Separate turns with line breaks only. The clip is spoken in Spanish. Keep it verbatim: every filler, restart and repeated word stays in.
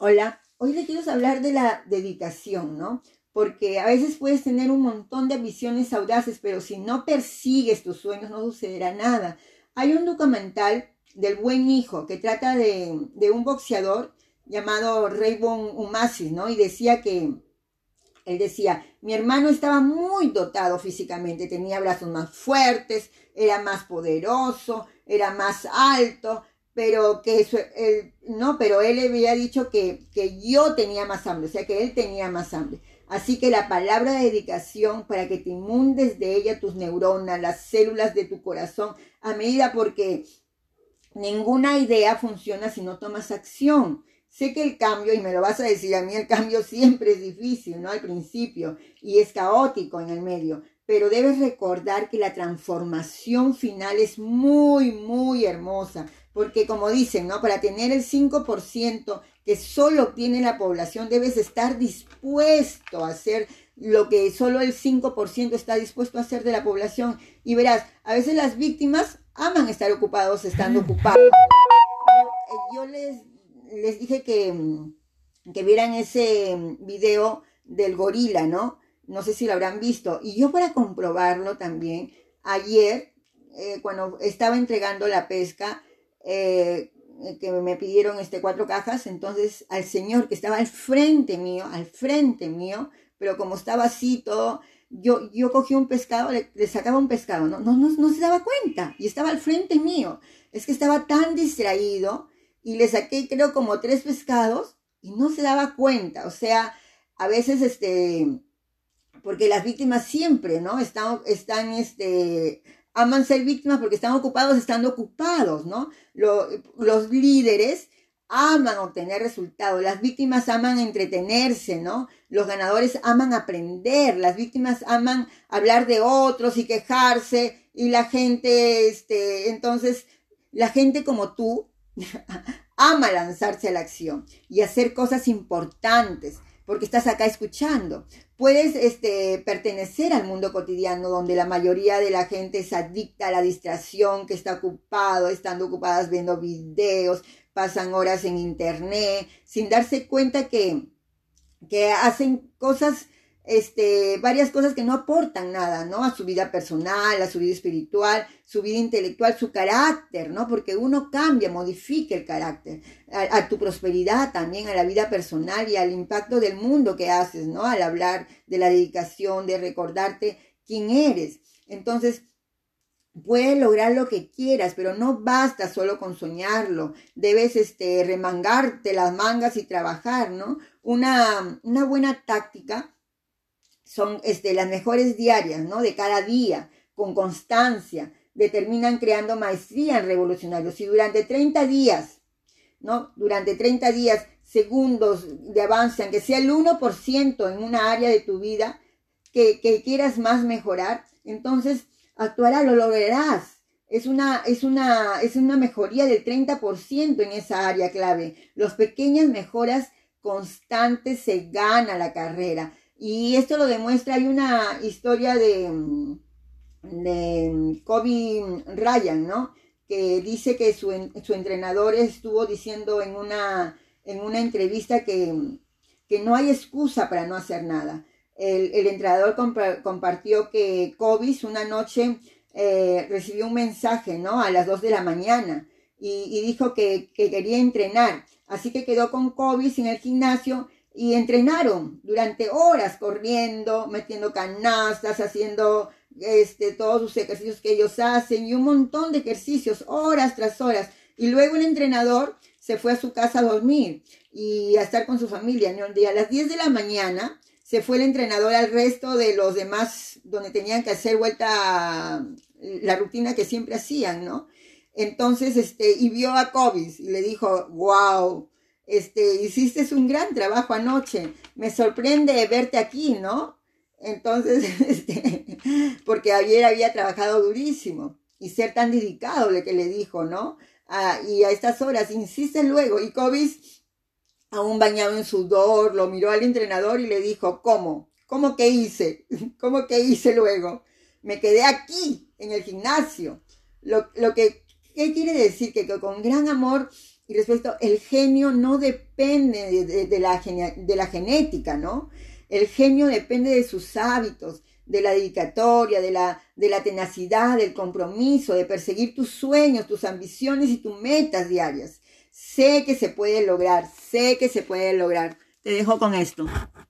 Hola, hoy le quiero hablar de la dedicación, ¿no? Porque a veces puedes tener un montón de ambiciones audaces, pero si no persigues tus sueños no sucederá nada. Hay un documental del Buen Hijo que trata de, de un boxeador llamado Raybon Umasi, ¿no? Y decía que, él decía, mi hermano estaba muy dotado físicamente, tenía brazos más fuertes, era más poderoso, era más alto, pero que eso, él, no, pero él le había dicho que, que yo tenía más hambre, o sea que él tenía más hambre. Así que la palabra de dedicación para que te inundes de ella tus neuronas, las células de tu corazón, a medida porque ninguna idea funciona si no tomas acción. Sé que el cambio, y me lo vas a decir a mí, el cambio siempre es difícil, ¿no? Al principio, y es caótico en el medio, pero debes recordar que la transformación final es muy, muy hermosa, porque como dicen, ¿no? Para tener el cinco por ciento que solo tiene la población, debes estar dispuesto a hacer lo que solo el cinco por ciento está dispuesto a hacer de la población. Y verás, a veces las víctimas aman estar ocupados estando ocupados. Yo les les dije que, que vieran ese video del gorila, ¿no? No sé si lo habrán visto. Y yo para comprobarlo también, ayer, eh, cuando estaba entregando la pesca, eh, que me pidieron este, cuatro cajas, entonces al señor que estaba al frente mío, al frente mío, pero como estaba así todo, yo, yo cogí un pescado, le, le sacaba un pescado, ¿no? No, no, no se daba cuenta, y estaba al frente mío. Es que estaba tan distraído, y le saqué creo como tres pescados y no se daba cuenta. O sea, a veces este, porque las víctimas siempre, ¿no? Están, están, este, aman ser víctimas porque están ocupados estando ocupados, ¿no? Lo, los líderes aman obtener resultados, las víctimas aman entretenerse, ¿no? Los ganadores aman aprender, las víctimas aman hablar de otros y quejarse, y la gente, este, entonces, la gente como tú, ama lanzarse a la acción y hacer cosas importantes porque estás acá escuchando. Puedes este, pertenecer al mundo cotidiano donde la mayoría de la gente es adicta a la distracción, que está ocupado, estando ocupadas viendo videos, pasan horas en internet sin darse cuenta que, que hacen cosas, este, varias cosas que no aportan nada, ¿no? A su vida personal, a su vida espiritual, su vida intelectual, su carácter, ¿no? Porque uno cambia, modifica el carácter, a, a tu prosperidad también, a la vida personal y al impacto del mundo que haces, ¿no? Al hablar de la dedicación, de recordarte quién eres. Entonces, puedes lograr lo que quieras, pero no basta solo con soñarlo. Debes este, remangarte las mangas y trabajar, ¿no? Una, una buena táctica son este, las mejores diarias, ¿no? De cada día, con constancia, determinan creando maestría en revolucionarios. Si durante treinta días, ¿no? Durante treinta días, segundos de avance, aunque sea el uno por ciento en una área de tu vida que, que quieras más mejorar, entonces actuará, lo lograrás. Es una, es una, es una mejoría del treinta por ciento en esa área clave. Las pequeñas mejoras constantes se gana la carrera. Y esto lo demuestra, hay una historia de, de Kobe Bryant, ¿no? Que dice que su, su entrenador estuvo diciendo en una, en una entrevista que, que no hay excusa para no hacer nada. El, el entrenador comp- compartió que Kobe una noche eh, recibió un mensaje, ¿no? A las dos de la mañana y, y dijo que, que quería entrenar. Así que quedó con Kobe en el gimnasio y entrenaron durante horas corriendo, metiendo canastas, haciendo este, todos los ejercicios que ellos hacen y un montón de ejercicios, horas tras horas. Y luego el entrenador se fue a su casa a dormir y a estar con su familia, ¿no? Y a las diez de la mañana se fue el entrenador al resto de los demás donde tenían que hacer vuelta a la rutina que siempre hacían, ¿no? Entonces, este, y vio a Kobe y le dijo, wow, este, hiciste un gran trabajo anoche, me sorprende verte aquí, ¿no? Entonces, este, porque ayer había trabajado durísimo y ser tan dedicado, lo que le dijo, ¿no? Ah, y a estas horas, insiste luego, y Kobe, aún bañado en sudor, lo miró al entrenador y le dijo, ¿cómo? ¿Cómo que hice? ¿Cómo que hice luego? Me quedé aquí, en el gimnasio. Lo, lo que, ¿qué quiere decir? Que, que con gran amor Y respecto, el genio no depende de, de, de, la, de la genética, ¿no? El genio depende de sus hábitos, de la dedicatoria, de la, de la tenacidad, del compromiso, de perseguir tus sueños, tus ambiciones y tus metas diarias. Sé que se puede lograr, sé que se puede lograr. Te dejo con esto.